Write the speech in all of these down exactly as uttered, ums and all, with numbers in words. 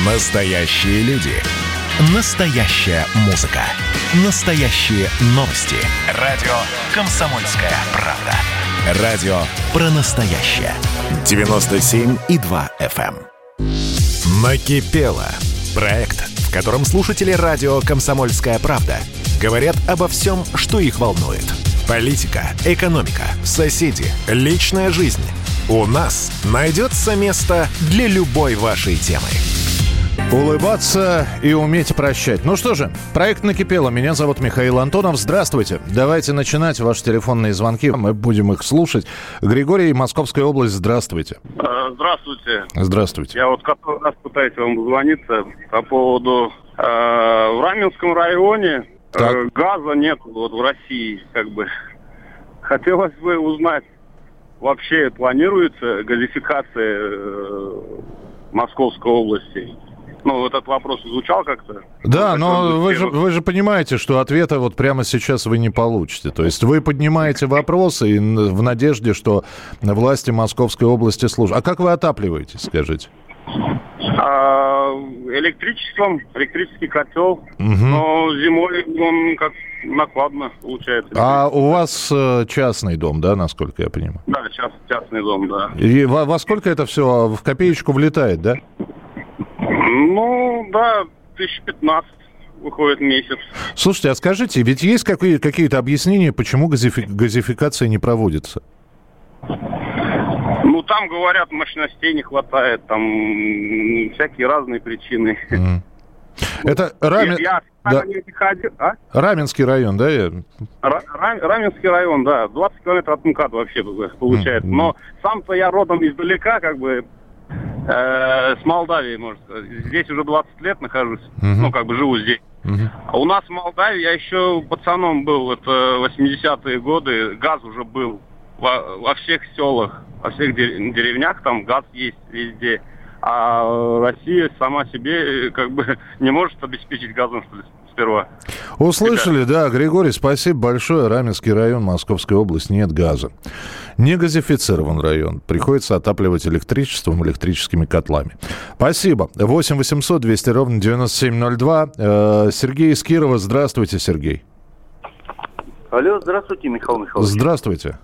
Настоящие люди. Настоящая музыка. Настоящие новости. Радио «Комсомольская правда». Радио про настоящее. девяносто семь и два эф эм. Накипело. Проект, в котором слушатели радио «Комсомольская правда» говорят обо всем, что их волнует. Политика, экономика, соседи, личная жизнь. У нас найдется место для любой вашей темы. Улыбаться и уметь прощать. Ну что же, проект «Накипело». Меня зовут Михаил Антонов. Здравствуйте. Давайте начинать ваши телефонные звонки. Мы будем их слушать. Григорий, Московская область. Здравствуйте. Здравствуйте. Здравствуйте. Я вот который раз пытаюсь вам позвониться по поводу э, в Раменском районе э, газа нет вот в России, как бы. Хотелось бы узнать, вообще планируется газификация э, Московской области? Ну, этот вопрос звучал как-то. Да, но вы же, вы же понимаете, что ответа вот прямо сейчас вы не получите. То есть вы поднимаете вопросы и в надежде, что власти Московской области служат. А как вы отапливаетесь, скажите? А, электричеством, электрический котел. Угу. Но зимой он как накладно получается. А у вас э, частный дом, да, насколько я понимаю? Да, част, частный дом, да. И во, во сколько это все в копеечку влетает, да? Ну, да, тысяч пятнадцать выходит месяц. Слушайте, а скажите, ведь есть какие- какие-то объяснения, почему газифи- газификация не проводится? Ну, там, говорят, мощностей не хватает, там всякие разные причины. Mm. Это Рамен... Я, я да. не ходил, а? Раменский район, да? Я... Ра- Раменский район, да, двадцать километров от МКАД вообще получается. Mm-hmm. Но сам-то я родом издалека, как бы, э, с Молдавии, можно сказать. Здесь уже двадцать лет нахожусь, mm-hmm. ну, как бы живу здесь. Mm-hmm. А у нас в Молдавии, я еще пацаном был, это восьмидесятые годы, газ уже был во, во всех селах, во всех деревнях, там газ есть везде. А Россия сама себе как бы не может обеспечить газом, что ли, сперва. Услышали, да, Григорий, спасибо большое. Раменский район, Московская область, нет газа. Не газифицирован район. Приходится отапливать электричеством, электрическими котлами. Спасибо. восемь восемьсот двести ровно девяносто семь ноль два. Э, Сергей из Кирова. Здравствуйте, Сергей. Алло, здравствуйте, Михаил Михайлович. Здравствуйте.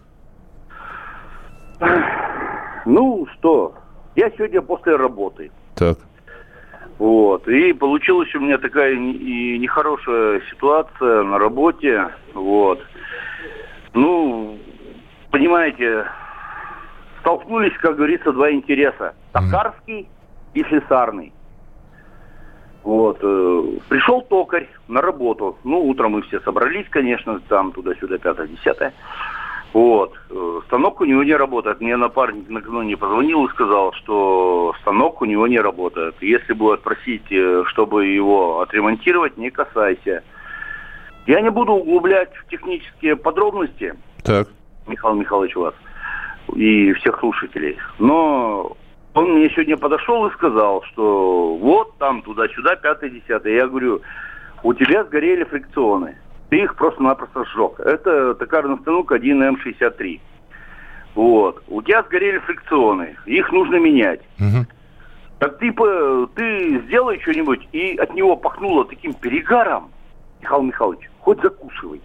Ну, что... Я сегодня после работы. Так. Вот. И получилась у меня такая и нехорошая ситуация на работе. Вот. Ну, понимаете, столкнулись, как говорится, два интереса. Токарский mm-hmm. и слесарный. Вот. Пришел токарь на работу. Ну, утром мы все собрались, конечно, там туда-сюда, пятое-десятое. Вот. Станок у него не работает. Мне напарник накануне позвонил и сказал, что станок у него не работает. Если будет просить, чтобы его отремонтировать, не касайся. Я не буду углублять в технические подробности, так. Михаил Михайлович, вас и всех слушателей. Но он мне сегодня подошел и сказал, что вот там туда-сюда, пятое-десятое. Я говорю, у тебя сгорели фрикционы. Ты их просто-напросто сжег. Это токарный станок один эм шестьдесят три. Вот. У тебя сгорели фрикционы. Их нужно менять. Угу. Так ты, ты сделай что-нибудь, и от него пахнуло таким перегаром, Михаил Михайлович, хоть закусывай.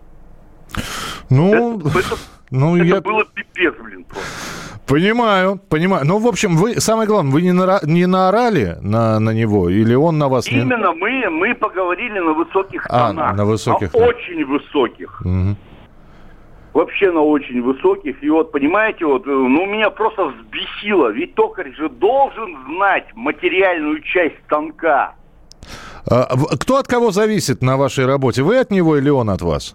Ну, это, это, ну это я... было пипец, блин, просто. Понимаю, понимаю. Ну, в общем, вы, самое главное, вы не, нара... не наорали на, на него, или он на вас... Именно не... мы, мы поговорили на высоких а, тонах. на высоких. На очень высоких. Угу. Вообще на очень высоких. И вот, понимаете, вот, ну, меня просто взбесило. Ведь токарь же должен знать материальную часть станка. А, кто от кого зависит на вашей работе? Вы от него или он от вас?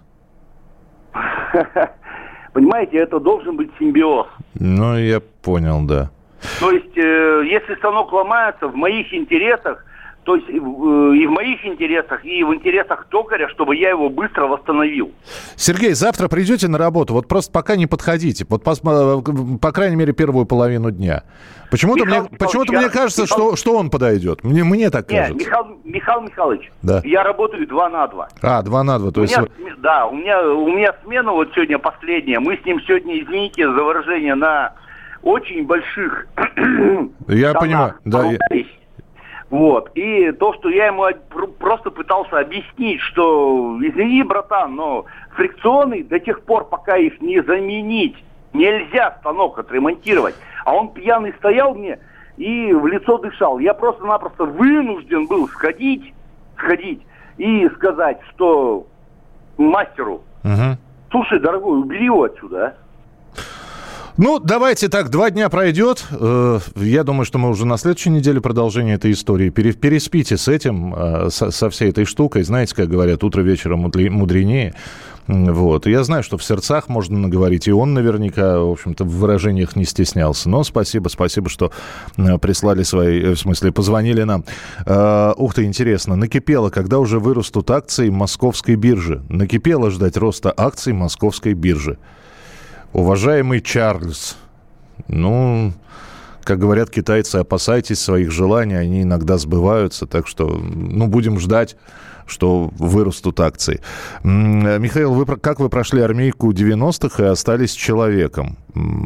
Понимаете, это должен быть симбиоз. Ну, я понял, да. То есть, э, если станок ломается, в моих интересах, то есть э, и в моих интересах, и в интересах токаря, чтобы я его быстро восстановил. Сергей, завтра придете на работу, вот просто пока не подходите, вот по, по крайней мере первую половину дня. Почему-то, Михаил, мне, Михаил, почему-то я, мне кажется, Михаил, что, что он подойдет. Мне, мне так нет, кажется. Михаил, Михаил Михайлович, да. Я работаю два на два. А, два на два. То у есть... меня, да, у меня, у меня смена вот сегодня последняя. Мы с ним сегодня, извините за выражение, на очень больших я понимаю, да. Я... Вот. И то, что я ему просто пытался объяснить, что, извини, братан, но фрикционы до тех пор, пока их не заменить, нельзя станок отремонтировать. А он пьяный стоял мне и в лицо дышал. Я просто-напросто вынужден был сходить, сходить и сказать, что мастеру, угу. слушай, дорогой, убери его отсюда, а. Ну, давайте так, два дня пройдет. Я думаю, что мы уже на следующей неделе продолжение этой истории. Переспите с этим, со всей этой штукой. Знаете, как говорят, утро вечера мудренее. Вот. Я знаю, что в сердцах можно наговорить, и он наверняка, в общем-то, в выражениях не стеснялся. Но спасибо, спасибо, что прислали свои, в смысле, позвонили нам. Ух ты, интересно, накипело, когда уже вырастут акции Московской биржи? Накипело ждать роста акций Московской биржи. Уважаемый Чарльз, ну, как говорят китайцы, опасайтесь своих желаний, они иногда сбываются, так что, ну, будем ждать, что вырастут акции. Михаил, вы, как вы прошли армейку девяностых и остались человеком?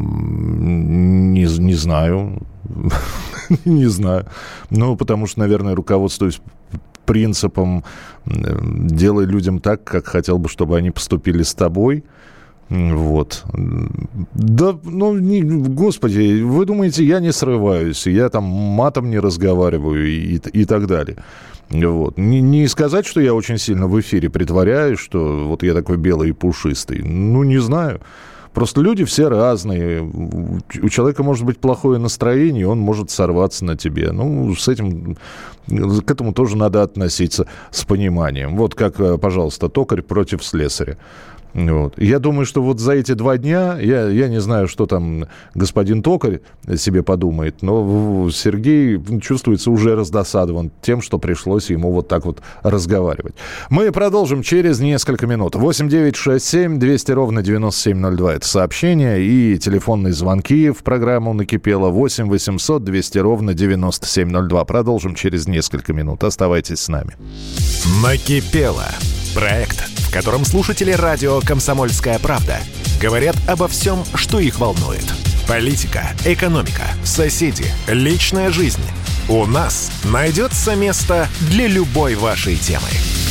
Не, не знаю, не знаю. Ну, потому что, наверное, руководствуюсь принципом «делай людям так, как хотел бы, чтобы они поступили с тобой». Вот. Да, ну, не, господи, вы думаете, я не срываюсь, я там матом не разговариваю и, и так далее. Вот. Не, не сказать, что я очень сильно в эфире притворяюсь, что вот я такой белый и пушистый. Ну, не знаю. Просто люди все разные. У человека может быть плохое настроение, он может сорваться на тебе. Ну, с этим, к этому тоже надо относиться с пониманием. Вот как, пожалуйста, токарь против слесаря. Вот. Я думаю, что вот за эти два дня, я, я не знаю, что там господин токарь себе подумает, но Сергей чувствуется уже раздосадован тем, что пришлось ему вот так вот разговаривать. Мы продолжим через несколько минут. восемь девятьсот шестьдесят семь двести ровно девяносто семь ноль два. Это сообщение и телефонные звонки в программу «Накипело». восемь восемьсот двести ровно девяносто семь ноль два. Продолжим через несколько минут. Оставайтесь с нами. «Накипело». Проект, в котором слушатели радио «Комсомольская правда» говорят обо всем, что их волнует. Политика, экономика, соседи, личная жизнь. У нас найдется место для любой вашей темы.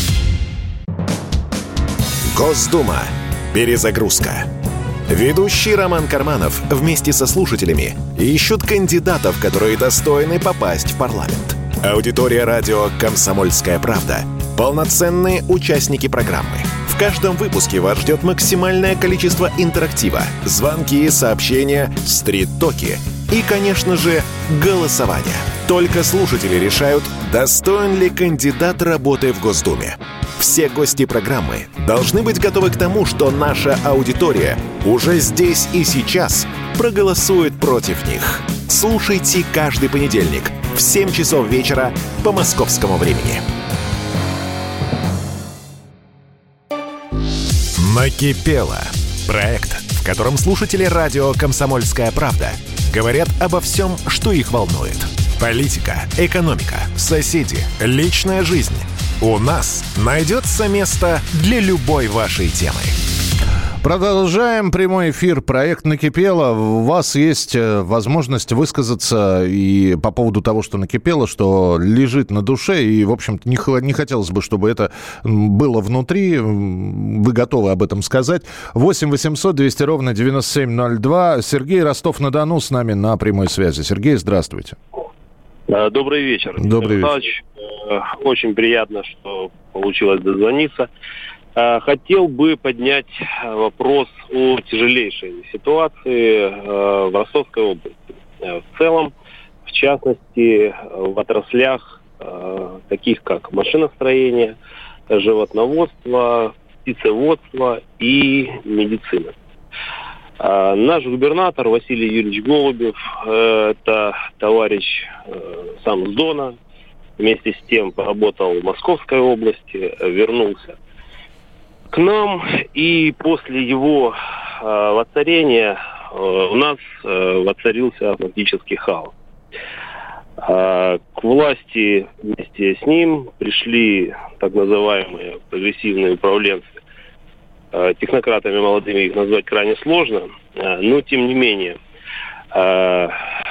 Госдума. Перезагрузка. Ведущий Роман Карманов вместе со слушателями ищут кандидатов, которые достойны попасть в парламент. Аудитория радио «Комсомольская правда» — полноценные участники программы. В каждом выпуске вас ждет максимальное количество интерактива, звонки, сообщения, стрит-токи и, конечно же, голосование. Только слушатели решают, достоин ли кандидат работы в Госдуме. Все гости программы должны быть готовы к тому, что наша аудитория уже здесь и сейчас проголосует против них. Слушайте каждый понедельник в семь часов вечера по московскому времени. «Накипело» – проект, в котором слушатели радио «Комсомольская правда» говорят обо всем, что их волнует. Политика, экономика, соседи, личная жизнь. У нас найдется место для любой вашей темы. Продолжаем прямой эфир. Проект «Накипело». У вас есть возможность высказаться и по поводу того, что накипело, что лежит на душе. И, в общем-то, не, не хотелось бы, чтобы это было внутри. Вы готовы об этом сказать. восемь восемьсот двести ровно девяносто семь ноль два. Сергей, Ростов-на-Дону, с нами на прямой связи. Сергей, здравствуйте. Добрый вечер. Добрый вечер. Очень приятно, что получилось дозвониться. Хотел бы поднять вопрос о тяжелейшей ситуации в Ростовской области. В целом, в частности, в отраслях, таких как машиностроение, животноводство, птицеводство и медицина. Наш губернатор Василий Юрьевич Голубев, это товарищ сам с Дона, вместе с тем поработал в Московской области, вернулся к нам, и после его э, воцарения э, у нас э, воцарился фактически хаос. Э, к власти вместе с ним пришли так называемые прогрессивные управленцы. Э, технократами молодыми их назвать крайне сложно, э, но тем не менее э,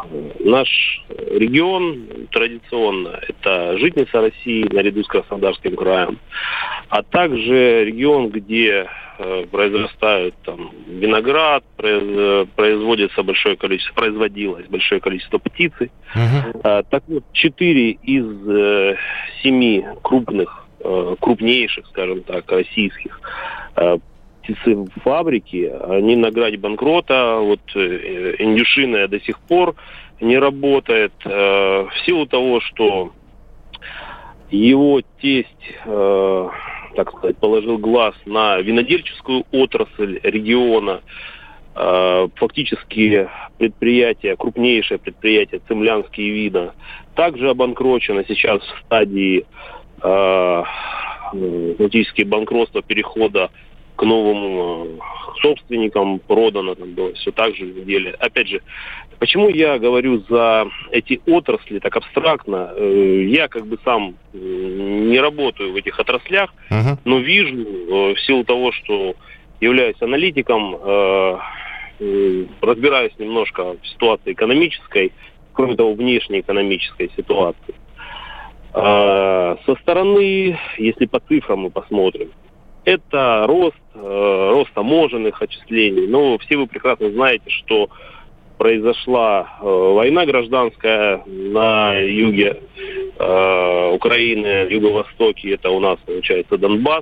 наш регион традиционно это житница России наряду с Краснодарским краем, а также регион, где э, произрастают там виноград, произ, производится большое количество, производилось большое количество птицы. Uh-huh. А, так вот, четыре из э, семи крупных, э, крупнейших, скажем так, российских э, птицефабрики, они на грани банкрота. Вот э, индюшиная до сих пор не работает э, в силу того, что его тесть, э, так сказать, положил глаз на винодельческую отрасль региона. Э, фактически предприятие, крупнейшее предприятие «Цимлянские вина» также обанкрочено сейчас в стадии э, фактически банкротства, перехода к новым собственникам, продано там было все так же в деле. Опять же, почему я говорю за эти отрасли так абстрактно? Я как бы сам не работаю в этих отраслях, uh-huh. но вижу в силу того, что являюсь аналитиком, разбираюсь немножко в ситуации экономической, кроме того, внешней экономической ситуации. Со стороны, если по цифрам мы посмотрим, это рост, э, рост таможенных отчислений. Но все вы прекрасно знаете, что произошла э, война гражданская на юге э, Украины, юго-востоке, это у нас, получается, Донбасс.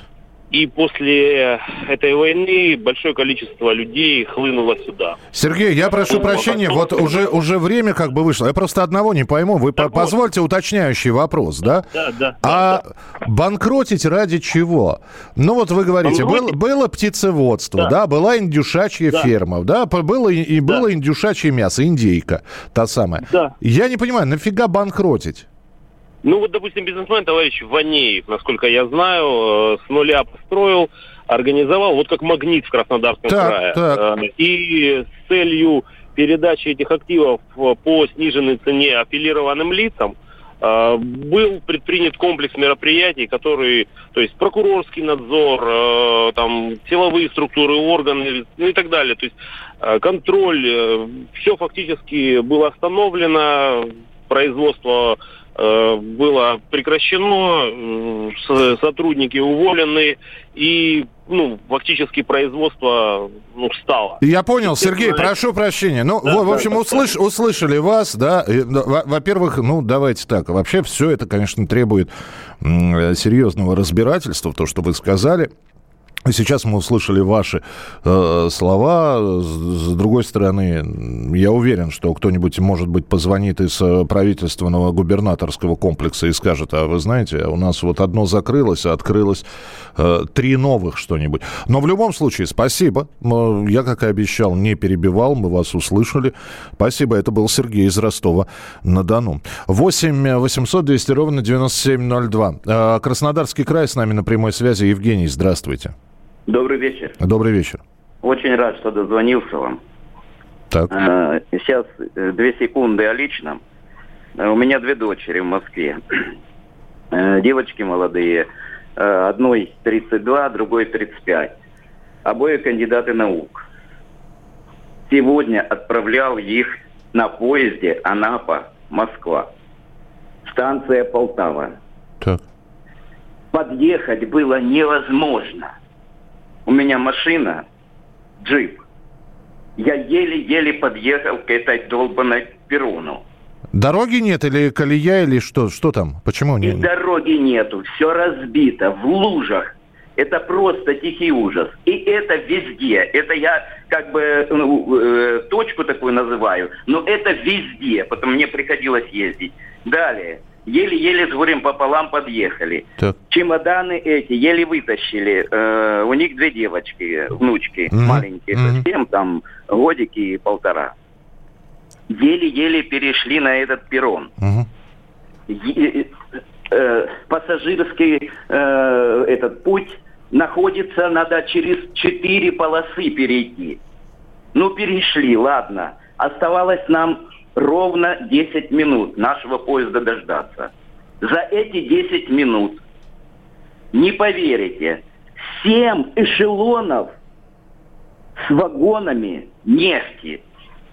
И после этой войны большое количество людей хлынуло сюда. Сергей, я прошу прощения, вот уже, уже время как бы вышло. Я просто одного не пойму. Вы по- позвольте уточняющий вопрос, да? Да, да. А да, да. банкротить ради чего? Ну вот вы говорите, был, было птицеводство, да. да, была индюшачья да. ферма, да, было, и, и да. было индюшачье мясо, индейка, та самая. Да. Я не понимаю, нафига банкротить? Ну вот, допустим, бизнесмен товарищ Ванеев, насколько я знаю, с нуля построил, организовал, вот как «Магнит» в Краснодарском так, крае. Так. И с целью передачи этих активов по сниженной цене аффилированным лицам был предпринят комплекс мероприятий, которые, то есть прокурорский надзор, там силовые структуры, органы, ну и так далее. То есть контроль, все фактически было остановлено, производство было прекращено, сотрудники уволены, и ну, фактически производство ну, встало. Я понял, Сергей, прошу прощения. Ну, да, в, в общем, да, услыш, да. услышали вас, да. Во-первых, ну, давайте так. Вообще все это, конечно, требует серьезного разбирательства, то, что вы сказали. Сейчас мы услышали ваши э, слова. С, с другой стороны, я уверен, что кто-нибудь, может быть, позвонит из правительственного губернаторского комплекса и скажет: а вы знаете, у нас вот одно закрылось, а открылось э, три новых что-нибудь. Но в любом случае, спасибо. Я, как и обещал, не перебивал, мы вас услышали. Спасибо. Это был Сергей из Ростова-на-Дону. восемь восемьсот двести ровно девяносто семь ноль два. Э, Краснодарский край с нами на прямой связи. Евгений, здравствуйте. Добрый вечер. Добрый вечер. Очень рад, что дозвонился вам. Так. Сейчас две секунды о личном. У меня две дочери в Москве. Девочки молодые. Одной тридцать два, другой тридцать пять. Обои кандидаты наук. Сегодня отправлял их на поезде Анапа-Москва. Станция Полтава. Так. Подъехать было невозможно. У меня машина, джип. Я еле-еле подъехал к этой долбанной перрону. Дороги нет или колея, или что? Что там? Почему И нет? дороги нету. Все разбито, в лужах. Это просто тихий ужас. И это везде. Это я как бы ну, э, точку такую называю. Но это везде. Потом мне приходилось ездить. Далее. Еле-еле с горем пополам подъехали. Так. Чемоданы эти еле вытащили. Э, у них две девочки, внучки, mm-hmm. маленькие mm-hmm. совсем, там годики и полтора. Еле-еле перешли на этот перрон. Mm-hmm. Е- э, пассажирский э, этот путь находится, надо через четыре полосы перейти. Ну, перешли, ладно. Оставалось нам ровно десять минут нашего поезда дождаться. За эти десять минут, не поверите, семь эшелонов с вагонами нефти.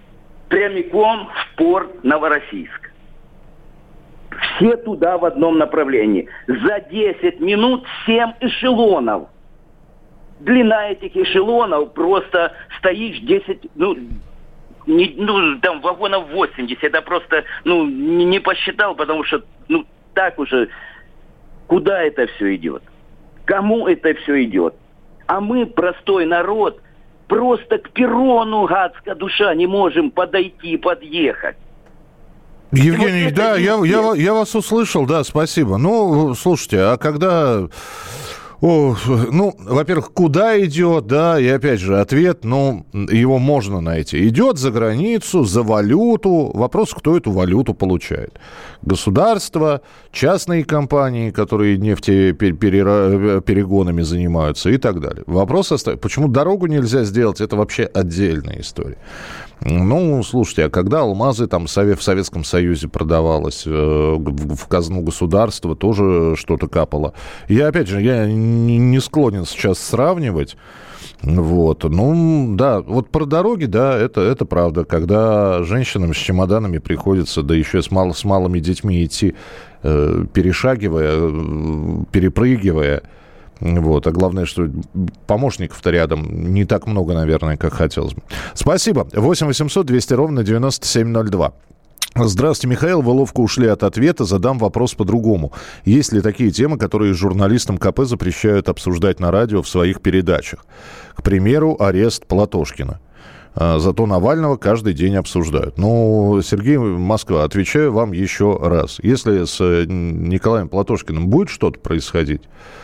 прямиком в порт Новороссийск. Все туда в одном направлении. За десять минут семь эшелонов. Длина этих эшелонов просто стоишь десять, ну, не, ну там вагонов восемьдесят. Это просто, ну, не, не посчитал, потому что, ну, так уже, куда это все идет? Кому это все идет? А мы, простой народ, просто к перрону, гадская душа, не можем подойти, подъехать. Евгений, вот да, я, я, я вас услышал, да, спасибо. Ну, слушайте, а когда... О, ну, во-первых, куда идет, да, и опять же, ответ, ну, его можно найти. Идет за границу, за валюту. Вопрос, кто эту валюту получает. Государство, частные компании, которые нефтеперегонами занимаются и так далее. Вопрос остается. Почему дорогу нельзя сделать, это вообще отдельная история. Ну, слушайте, а когда алмазы там в Советском Союзе продавалось, в казну государства тоже что-то капало. Я, опять же, я не склонен сейчас сравнивать. Вот, ну, да, вот про дороги, да, это, это правда. Когда женщинам с чемоданами приходится, да еще с, мал, с малыми детьми идти, э, перешагивая, перепрыгивая. Вот, а главное, что помощников-то рядом не так много, наверное, как хотелось бы. Спасибо. восемь восемьсот двести ровно девяносто семь ноль два. Здравствуйте, Михаил. Вы ловко ушли от ответа. Задам вопрос по-другому. Есть ли такие темы, которые журналистам ка пэ запрещают обсуждать на радио в своих передачах? К примеру, арест Платошкина. Зато Навального каждый день обсуждают. Ну, Сергей, Москва, отвечаю вам еще раз. Если с Николаем Платошкиным будет что-то происходить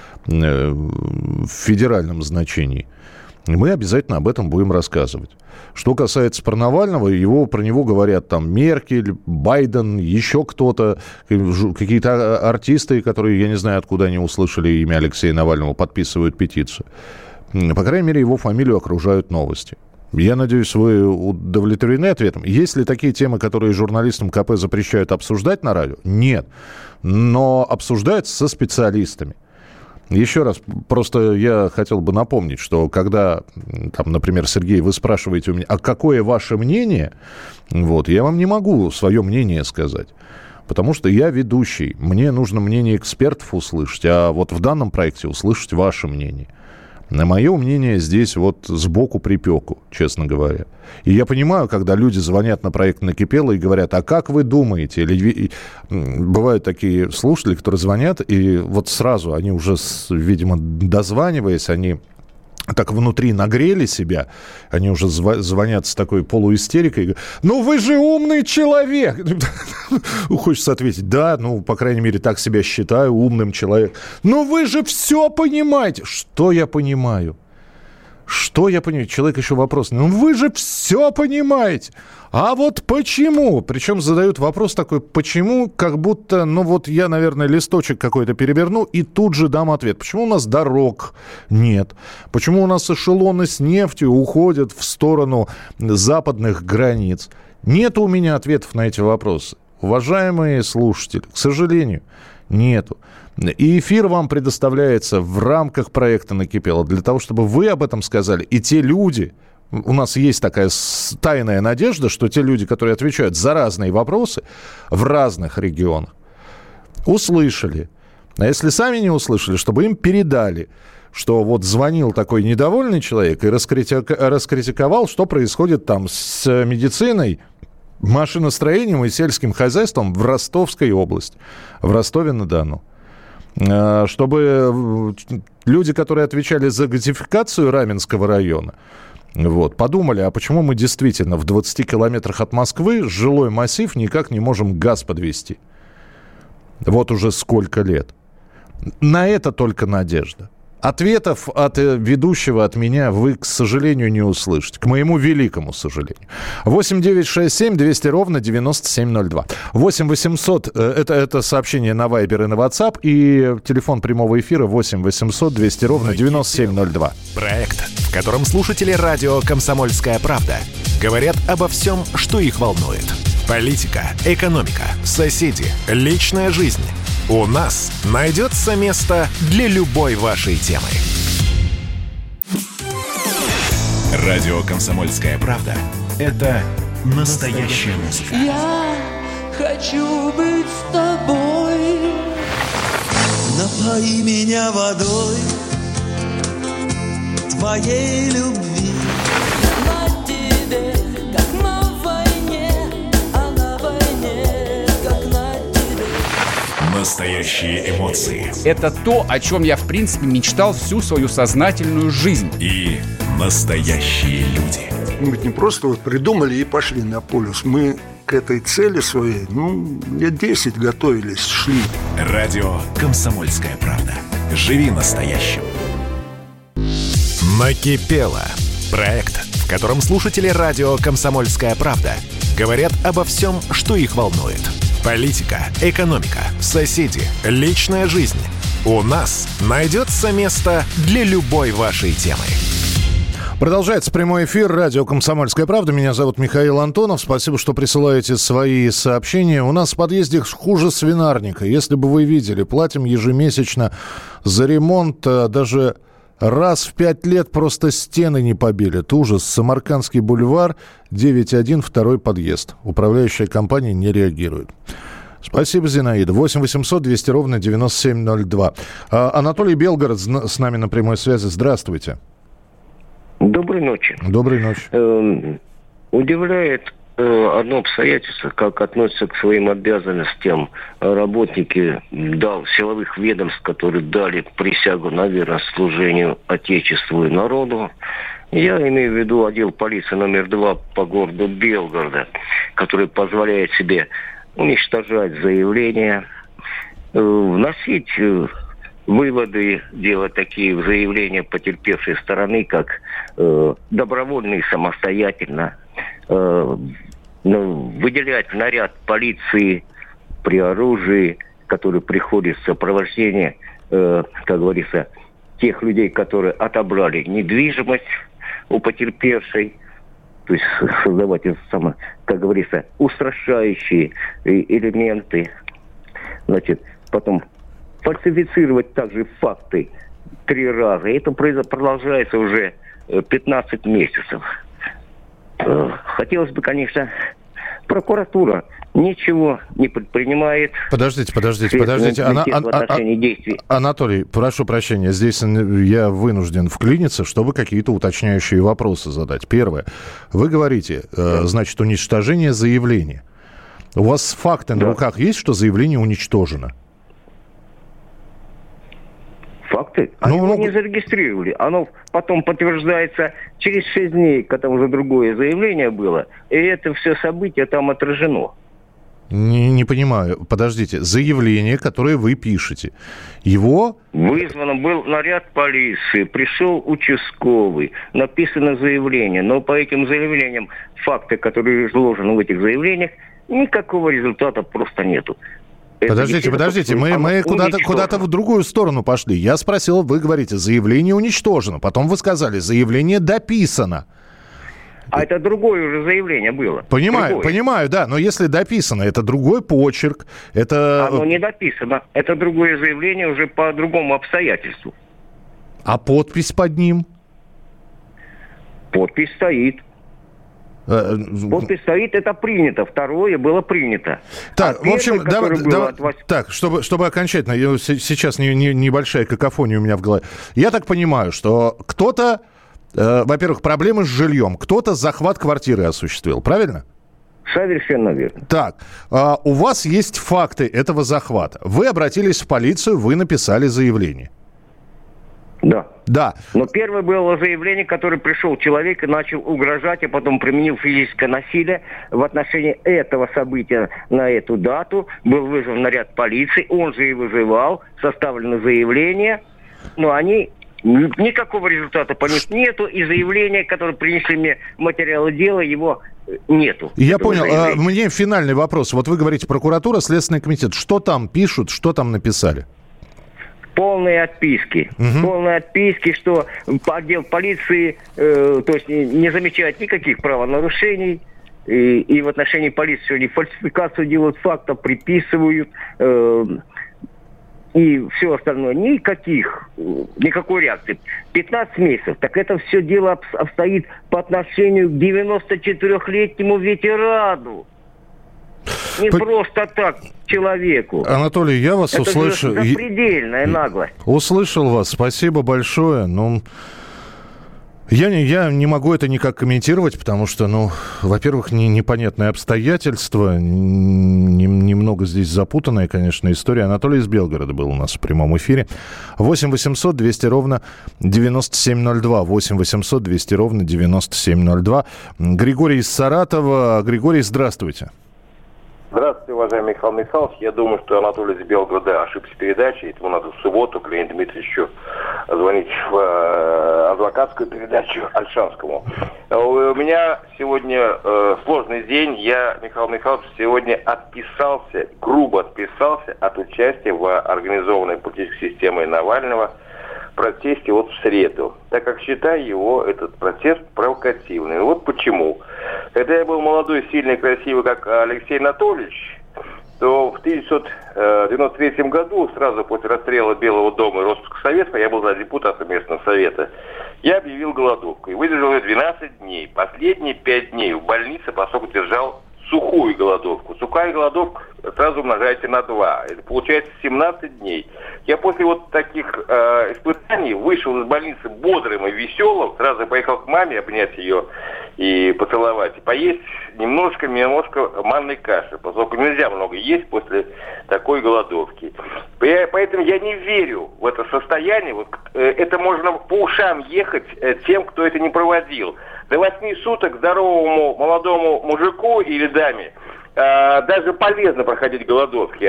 в федеральном значении, мы обязательно об этом будем рассказывать. Что касается про Навального, его, про него говорят там Меркель, Байден, еще кто-то, какие-то артисты, которые, я не знаю, откуда они услышали имя Алексея Навального, подписывают петицию. По крайней мере, его фамилию окружают новости. Я надеюсь, вы удовлетворены ответом. Есть ли такие темы, которые журналистам ка пэ запрещают обсуждать на радио? Нет. Но обсуждаются со специалистами. Еще раз, просто я хотел бы напомнить, что когда, там, например, Сергей, вы спрашиваете у меня, а какое ваше мнение, вот, я вам не могу свое мнение сказать, потому что я ведущий, мне нужно мнение экспертов услышать, а вот в данном проекте услышать ваше мнение. На мое мнение здесь вот сбоку припеку, честно говоря. И я понимаю, когда люди звонят на проект «Накипело» и говорят, а как вы думаете? Или бывают такие слушатели, которые звонят, и вот сразу они уже, видимо, дозваниваясь, они так внутри нагрели себя, они уже звонят с такой полуистерикой и говорят, ну вы же умный человек. Хочется ответить, да, ну, по крайней мере, так себя считаю, умным человеком. Ну вы же все понимаете. Что я понимаю? Что я понимаю? Человек еще вопрос. Ну вы же все понимаете. А вот почему? Причем задают вопрос такой, почему, как будто, ну вот я, наверное, листочек какой-то переверну и тут же дам ответ. Почему у нас дорог нет? Почему у нас эшелоны с нефтью уходят в сторону западных границ? Нет у меня ответов на эти вопросы. Уважаемые слушатели, к сожалению, нету. И эфир вам предоставляется в рамках проекта «Накипело» для того, чтобы вы об этом сказали. И те люди, у нас есть такая тайная надежда, что те люди, которые отвечают за разные вопросы в разных регионах, услышали. А если сами не услышали, чтобы им передали, что вот звонил такой недовольный человек и раскритиковал, что происходит там с медициной, машиностроением и сельским хозяйством в Ростовской области, в Ростове-на-Дону. Чтобы люди, которые отвечали за газификацию Раменского района, вот, подумали, а почему мы действительно в двадцати километрах от Москвы жилой массив никак не можем газ подвести? Вот уже сколько лет. На это только надежда. Ответов от ведущего, от меня вы, к сожалению, не услышите. К моему великому сожалению. восемь девятьсот шестьдесят семь двести ровно девяносто семь ноль два. восемь восемьсот, это, это сообщение на Вайбер и на WhatsApp. И телефон прямого эфира восемь восемьсот двести ровно девяносто семь ноль два. Проект, в котором слушатели радио «Комсомольская правда» говорят обо всем, что их волнует. Политика, экономика, соседи, личная жизнь. У нас найдется место для любой вашей темы. Радио «Комсомольская правда» — это настоящая музыка. Я хочу быть с тобой. Напои меня водой твоей любви. На тебе, как на войне, а на войне, как на тебе. Настоящие эмоции. Это то, о чем я, в принципе, мечтал всю свою сознательную жизнь. И настоящие люди. Мы ведь не просто вот придумали и пошли на полюс. Мы к этой цели своей, ну, лет десять готовились, шли. Радио «Комсомольская правда». Живи настоящим. Накипело. Проект, в котором слушатели радио «Комсомольская правда» говорят обо всем, что их волнует. Политика, экономика, соседи, личная жизнь. У нас найдется место для любой вашей темы. Продолжается прямой эфир радио «Комсомольская правда». Меня зовут Михаил Антонов. Спасибо, что присылаете свои сообщения. У нас в подъезде хуже свинарника. Если бы вы видели, платим ежемесячно за ремонт. Даже раз в пять лет просто стены не побелят. Ужас. Самаркандский бульвар, девять один, второй подъезд. Управляющая компания не реагирует. Спасибо, Зинаида. восемь восемьсот двести ровно девяносто семь ноль два. А, Анатолий Белгород с нами на прямой связи. Здравствуйте. Доброй ночи. Доброй ночи. Э, удивляет э, одно обстоятельство, как относятся к своим обязанностям работники дал, силовых ведомств, которые дали присягу на верность служению Отечеству и народу. Я имею в виду отдел полиции номер два по городу Белгорода, который позволяет себе уничтожать заявления, э, вносить... Э, выводы, делать такие заявления потерпевшей стороны, как э, добровольно и самостоятельно, э, ну, выделять наряд полиции при оружии, который приходит в сопровождении, э, как говорится, тех людей, которые отобрали недвижимость у потерпевшей, то есть создавать, само, как говорится, устрашающие элементы. Значит, потом фальсифицировать также факты три раза. И это продолжается уже пятнадцать месяцев. Хотелось бы, конечно, прокуратура ничего не предпринимает. Подождите, подождите, подождите. Ана- в отношении действий. Анатолий, прошу прощения, здесь я вынужден вклиниться, чтобы какие-то уточняющие вопросы задать. Первое. Вы говорите, да. значит, уничтожение заявления. У вас факты да. на руках есть, что заявление уничтожено? Факты. Они ну, его не зарегистрировали. Оно потом подтверждается через шесть дней, когда уже другое заявление было. И это все событие там отражено. Не, не понимаю. Подождите. Заявление, которое вы пишете, его... Вызвано был наряд полиции, пришел участковый, написано заявление. Но по этим заявлениям, факты, которые изложены в этих заявлениях, никакого результата просто нету. Подождите, подождите, мы, мы куда-то, куда-то в другую сторону пошли. Я спросил, вы говорите, заявление уничтожено. Потом вы сказали, заявление дописано. А это другое уже заявление было. Понимаю, другое. понимаю, да. Но если дописано, это другой почерк. Это... Оно не дописано. Это другое заявление уже по другому обстоятельству. А подпись под ним? Подпись стоит. Подпись стоит, это принято. Второе было принято. Так, а в общем, давай, давай, от вас... так, чтобы, чтобы окончательно, я, сейчас не, не, небольшая какофония у меня в голове. Я так понимаю, что кто-то, э, во-первых, проблемы с жильем, кто-то захват квартиры осуществил, правильно? Совершенно верно. Так, э, у вас есть факты этого захвата. Вы обратились в полицию, вы написали заявление. Да. Да. Но первое было заявление, которое пришел человек и начал угрожать, а потом применил физическое насилие в отношении этого события на эту дату. Был вызван наряд полиции, он же и вызывал, составлено заявление, но они... Никакого результата по ним нету, и заявления, которые принесли мне материалы дела, его нету. Я понял. А, мне финальный вопрос. Вот вы говорите, прокуратура, Следственный комитет. Что там пишут, что там написали? Полные отписки. Угу. Полные отписки, что отдел полиции э, то есть не замечает никаких правонарушений. И, и в отношении полиции они фальсификацию делают фактов, приписывают. Э, и все остальное, никаких, никакой реакции. пятнадцать месяцев, так это все дело обстоит по отношению к девяносто четырехлетнему ветерану. Не По... просто так человеку. Анатолий, я вас это услышал. Это запредельная наглость. Услышал вас, спасибо большое. Ну... Я не, я не могу это никак комментировать, потому что, ну, во-первых, не, непонятные обстоятельства, не, немного здесь запутанная, конечно, история. Анатолий из Белгорода был у нас в прямом эфире. восемь восемьсот двести ровно девяносто семь ноль два. восемь восемьсот двести ровно девяносто семь ноль два. Григорий из Саратова. Григорий, здравствуйте. Здравствуйте, уважаемый Михаил Михайлович. Я думаю, что Анатолий из Белгорода ошибся передачей. Ему надо в субботу к Леониду Дмитриевичу звонить в э, адвокатскую передачу Ольшанскому. У меня сегодня э, сложный день. Я, Михаил Михайлович, сегодня отписался, грубо отписался от участия в организованной политической системой Навального протесте вот в среду, так как считаю его, этот протест, провокативный. Вот почему. Когда я был молодой, сильный, красивый, как Алексей Анатольевич, то в тысяча девятьсот девяносто третьем году, сразу после расстрела Белого дома и распуска Совета, я был за депутатом местного совета, я объявил голодовку. И выдержал ее двенадцать дней. Последние пять дней в больнице, поскольку держал сухую голодовку. Сухая голодовка сразу умножаете на два. Это получается семнадцать дней. Я после вот таких э, испытаний вышел из больницы бодрым и веселым. Сразу поехал к маме обнять ее и поцеловать. И поесть немножко, немножко манной каши. Поскольку нельзя много есть после такой голодовки. Поэтому я не верю в это состояние. Вот, э, это можно по ушам ехать э, тем, кто это не проводил. До восьми суток здоровому молодому мужику или даме э, даже полезно проходить голодовки,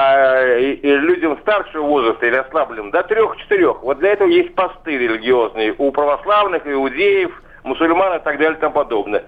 а и, и людям старшего возраста или ослабленным до трех-четырех. Вот для этого есть посты религиозные у православных, иудеев, мусульман и так далее и тому подобное.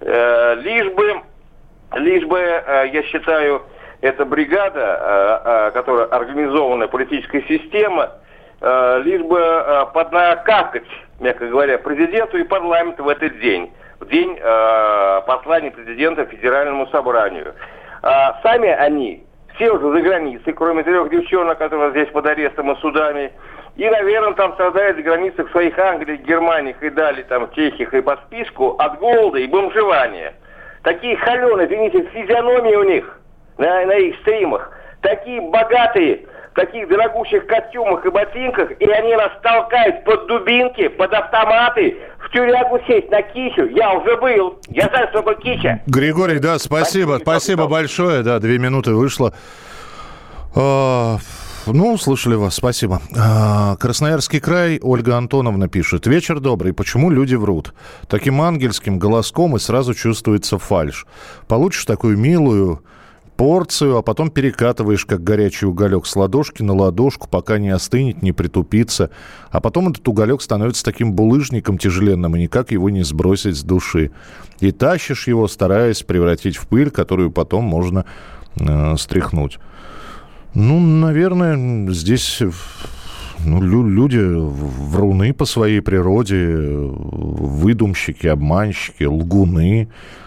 Э, лишь бы, лишь бы э, я считаю, эта бригада, э, э, которая организованная политическая система, э, лишь бы э, поднакакать, мягко говоря, президенту и парламенту в этот день, в день э, послания президента Федеральному собранию. А сами они, все уже за границей, кроме трех девчонок, которые здесь под арестом и судами, и, наверное, там страдают за границей в своих Англиях, Германиях и далее, там, в Чехиях и по списку от голода и бомжевания. Такие холеные, извините, физиономии у них на, на их стримах, такие богатые, в таких дорогущих костюмах и ботинках, и они нас толкают под дубинки, под автоматы, в тюрягу сесть на кичу. Я уже был. Я знаю, что такое кича. Григорий, да, спасибо. Спасибо, спасибо большое. Да, две минуты вышло. А, ну, услышали вас. Спасибо. А, Красноярский край. Ольга Антоновна пишет. Вечер добрый. Почему люди врут? Таким ангельским голоском и сразу чувствуется фальшь. Получишь такую милую порцию, а потом перекатываешь, как горячий уголек, с ладошки на ладошку, пока не остынет, не притупится. А потом этот уголек становится таким булыжником тяжеленным, и никак его не сбросить с души. И тащишь его, стараясь превратить в пыль, которую потом можно э, стряхнуть. Ну, наверное, здесь ну, лю- люди вруны по своей природе, выдумщики, обманщики, лгуны.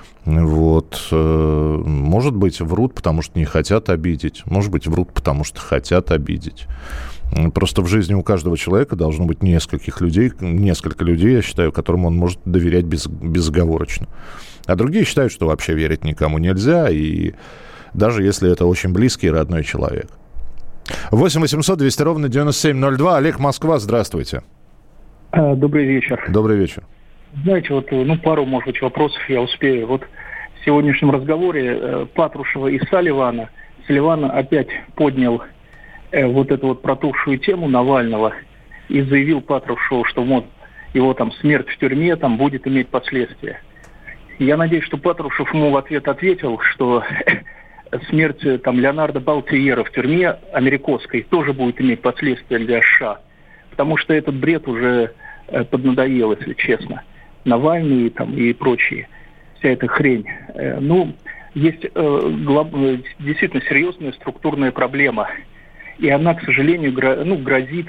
Вот. Может быть, врут, потому что не хотят обидеть. Может быть, врут, потому что хотят обидеть. Просто в жизни у каждого человека должно быть нескольких людей, несколько людей, я считаю, которым он может доверять без, безоговорочно. А другие считают, что вообще верить никому нельзя, и даже если это очень близкий и родной человек. восемь восемьсот двести ровно девяносто семь ноль два. Олег, Москва, здравствуйте. Добрый вечер. Добрый вечер. Знаете, вот, ну, пару, может быть, вопросов я успею. Вот в сегодняшнем разговоре э, Патрушева и Салливана, Салливан опять поднял э, вот эту вот протухшую тему Навального и заявил Патрушеву, что вот, его там смерть в тюрьме там будет иметь последствия. Я надеюсь, что Патрушев ему в ответ ответил, что смерть там Леонардо Балтиера в тюрьме американской тоже будет иметь последствия для США. Потому что этот бред уже э, поднадоел, если честно. Навальный там, и прочие, вся эта хрень. Э, ну, есть э, глоб... действительно серьезная структурная проблема. И она, к сожалению, гро... ну, грозит,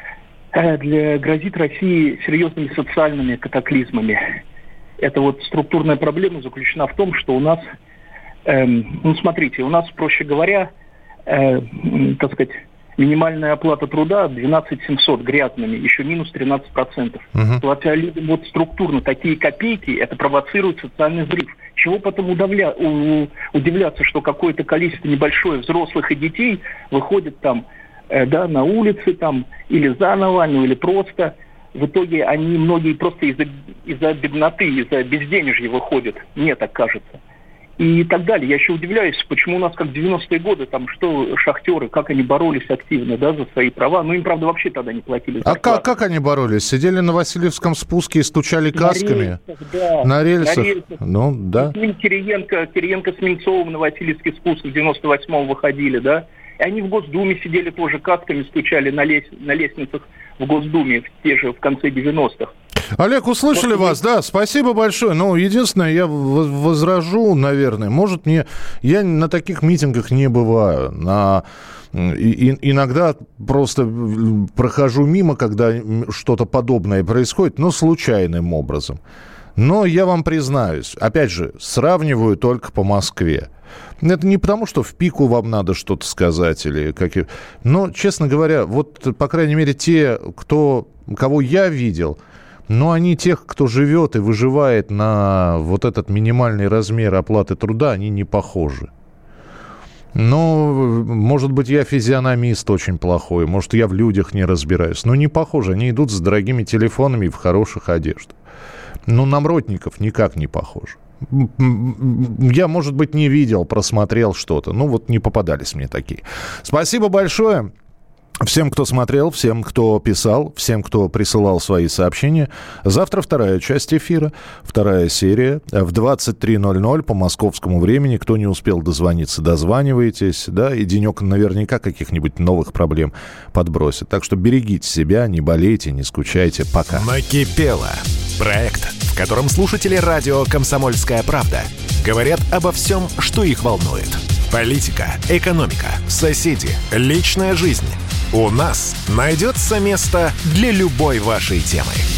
э, для... грозит России серьезными социальными катаклизмами. Эта вот структурная проблема заключена в том, что у нас, э, ну, смотрите, у нас, проще говоря, э, так сказать, минимальная оплата труда двенадцать семьсот грязными, еще минус тринадцать процентов. Угу. Платя людям вот структурно такие копейки, это провоцирует социальный взрыв. Чего потом удавля... у... удивляться, что какое-то количество небольшое взрослых и детей выходит там, э, да, на улицы там, или за Навального, или просто. В итоге они многие просто из-за, из-за бедноты, из-за безденежья выходят, мне так кажется. И так далее. Я еще удивляюсь, почему у нас как в девяностые годы, там, что шахтеры, как они боролись активно, да, за свои права. Ну, им, правда, вообще тогда не платили зарплату. А как, как они боролись? Сидели на Васильевском спуске и стучали касками? На рельсах, да. На рельсах? На рельсах. Ну, да. И Кириенко, Кириенко с Минцовым на Васильевский спуск в девяносто восьмом выходили, да. И они в Госдуме сидели тоже, касками стучали на, лес... на лестницах в Госдуме, в те же в конце девяностых. Олег, услышали вот, вас, да, спасибо большое. Ну, единственное, я возражу, наверное, может мне... Я на таких митингах не бываю. На... И, иногда просто прохожу мимо, когда что-то подобное происходит, но случайным образом. Но я вам признаюсь, опять же, сравниваю только по Москве. Это не потому, что в пику вам надо что-то сказать или какие... Но, честно говоря, вот, по крайней мере, те, кто, кого я видел... Но они тех, кто живет и выживает на вот этот минимальный размер оплаты труда, они не похожи. Ну, может быть, я физиономист очень плохой, может, я в людях не разбираюсь, но не похожи. Они идут с дорогими телефонами и в хороших одеждах. Но на Мротников никак не похож. Я, может быть, не видел, просмотрел что-то. Ну, вот не попадались мне такие. Спасибо большое. Всем, кто смотрел, всем, кто писал, всем, кто присылал свои сообщения. Завтра вторая часть эфира, вторая серия. В двадцать три ноль ноль по московскому времени. Кто не успел дозвониться, дозванивайтесь. Да, и денек наверняка каких-нибудь новых проблем подбросит. Так что берегите себя, не болейте, не скучайте. Пока. Накипело. Проект, в котором слушатели радио «Комсомольская правда» говорят обо всем, что их волнует. Политика, экономика, соседи, личная жизнь. У нас найдется место для любой вашей темы.